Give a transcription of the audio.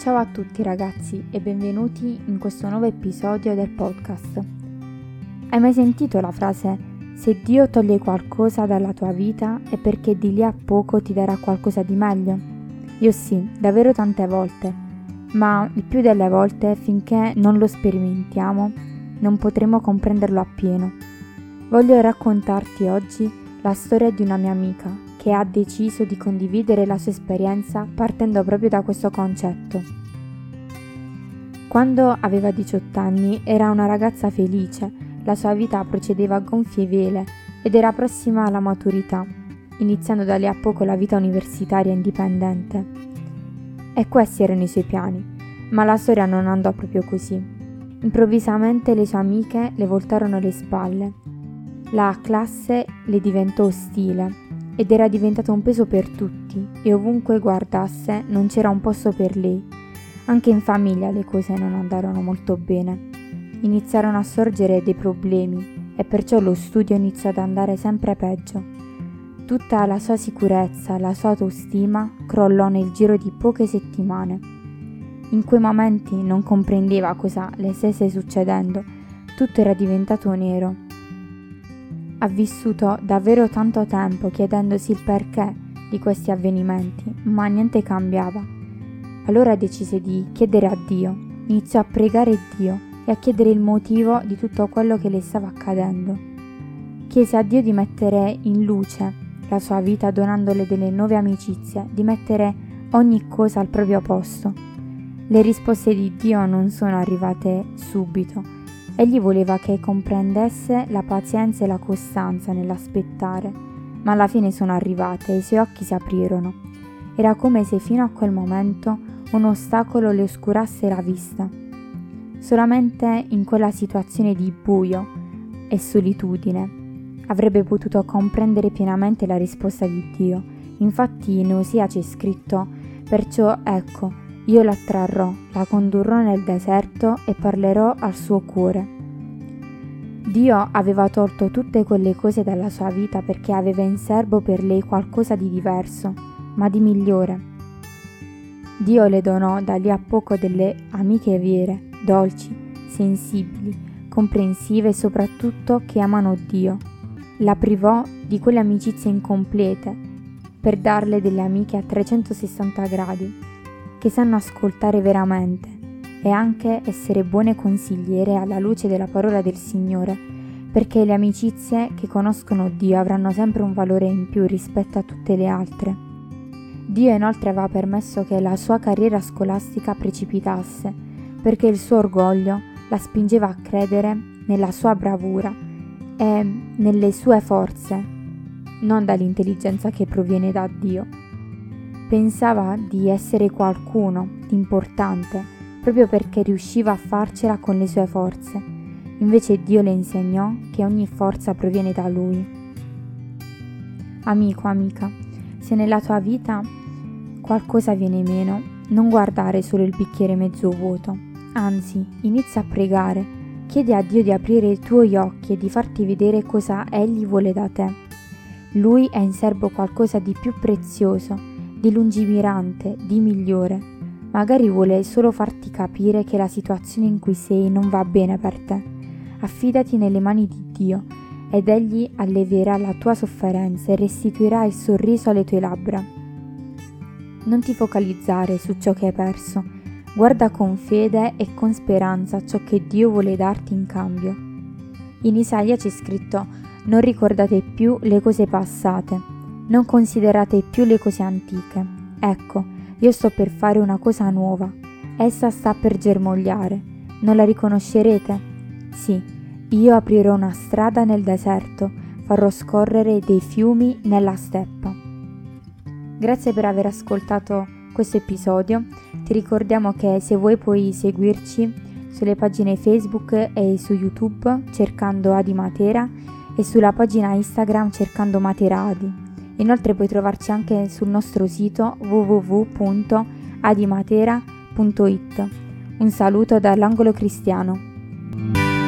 Ciao a tutti ragazzi e benvenuti in questo nuovo episodio del podcast. Hai mai sentito la frase "se Dio toglie qualcosa dalla tua vita è perché di lì a poco ti darà qualcosa di meglio"? Io sì, davvero tante volte, ma il più delle volte finché non lo sperimentiamo non potremo comprenderlo appieno. Voglio raccontarti oggi la storia di una mia amica che ha deciso di condividere la sua esperienza partendo proprio da questo concetto. Quando aveva 18 anni era una ragazza felice, la sua vita procedeva a gonfie vele ed era prossima alla maturità, iniziando da lì a poco la vita universitaria indipendente. E questi erano i suoi piani, ma la storia non andò proprio così. Improvvisamente le sue amiche le voltarono le spalle. La classe le diventò ostile ed era diventato un peso per tutti e ovunque guardasse non c'era un posto per lei. Anche in famiglia le cose non andarono molto bene. Iniziarono a sorgere dei problemi e perciò lo studio iniziò ad andare sempre peggio. Tutta la sua sicurezza, la sua autostima crollò nel giro di poche settimane. In quei momenti non comprendeva cosa le stesse succedendo, tutto era diventato nero. Ha vissuto davvero tanto tempo chiedendosi il perché di questi avvenimenti, ma niente cambiava. Allora decise di chiedere a Dio, iniziò a pregare Dio e a chiedere il motivo di tutto quello che le stava accadendo. Chiese a Dio di mettere in luce la sua vita donandole delle nuove amicizie, di mettere ogni cosa al proprio posto. Le risposte di Dio non sono arrivate subito. Egli voleva che comprendesse la pazienza e la costanza nell'aspettare, ma alla fine sono arrivate e i suoi occhi si aprirono. Era come se fino a quel momento un ostacolo le oscurasse la vista. Solamente in quella situazione di buio e solitudine avrebbe potuto comprendere pienamente la risposta di Dio. Infatti in Osea c'è scritto: "Perciò ecco, io la trarrò, la condurrò nel deserto e parlerò al suo cuore". Dio aveva tolto tutte quelle cose dalla sua vita perché aveva in serbo per lei qualcosa di diverso, ma di migliore. Dio le donò da lì a poco delle amiche vere, dolci, sensibili, comprensive e soprattutto che amano Dio. La privò di quelle amicizie incomplete per darle delle amiche a 360 gradi, che sanno ascoltare veramente e anche essere buone consigliere alla luce della parola del Signore, perché le amicizie che conoscono Dio avranno sempre un valore in più rispetto a tutte le altre. Dio inoltre aveva permesso che la sua carriera scolastica precipitasse, perché il suo orgoglio la spingeva a credere nella sua bravura e nelle sue forze, non dall'intelligenza che proviene da Dio. Pensava di essere qualcuno di importante proprio perché riusciva a farcela con le sue forze. Invece Dio le insegnò che ogni forza proviene da Lui. Amico, amica, se nella tua vita qualcosa viene meno, non guardare solo il bicchiere mezzo vuoto, anzi, inizia a pregare, chiedi a Dio di aprire i tuoi occhi e di farti vedere cosa Egli vuole da te. Lui ha in serbo qualcosa di più prezioso, di lungimirante, di migliore. Magari vuole solo farti capire che la situazione in cui sei non va bene per te. Affidati nelle mani di Dio ed Egli allevierà la tua sofferenza e restituirà il sorriso alle tue labbra. Non ti focalizzare su ciò che hai perso, guarda con fede e con speranza ciò che Dio vuole darti in cambio. In Isaia c'è scritto: "Non ricordate più le cose passate, non considerate più le cose antiche. Ecco, io sto per fare una cosa nuova. Essa sta per germogliare. Non la riconoscerete? Sì, io aprirò una strada nel deserto, farò scorrere dei fiumi nella steppa". Grazie per aver ascoltato questo episodio. Ti ricordiamo che se vuoi puoi seguirci sulle pagine Facebook e su YouTube cercando Adi Matera e sulla pagina Instagram cercando Matera Adi. Inoltre puoi trovarci anche sul nostro sito www.adimatera.it. Un saluto dall'Angolo Cristiano.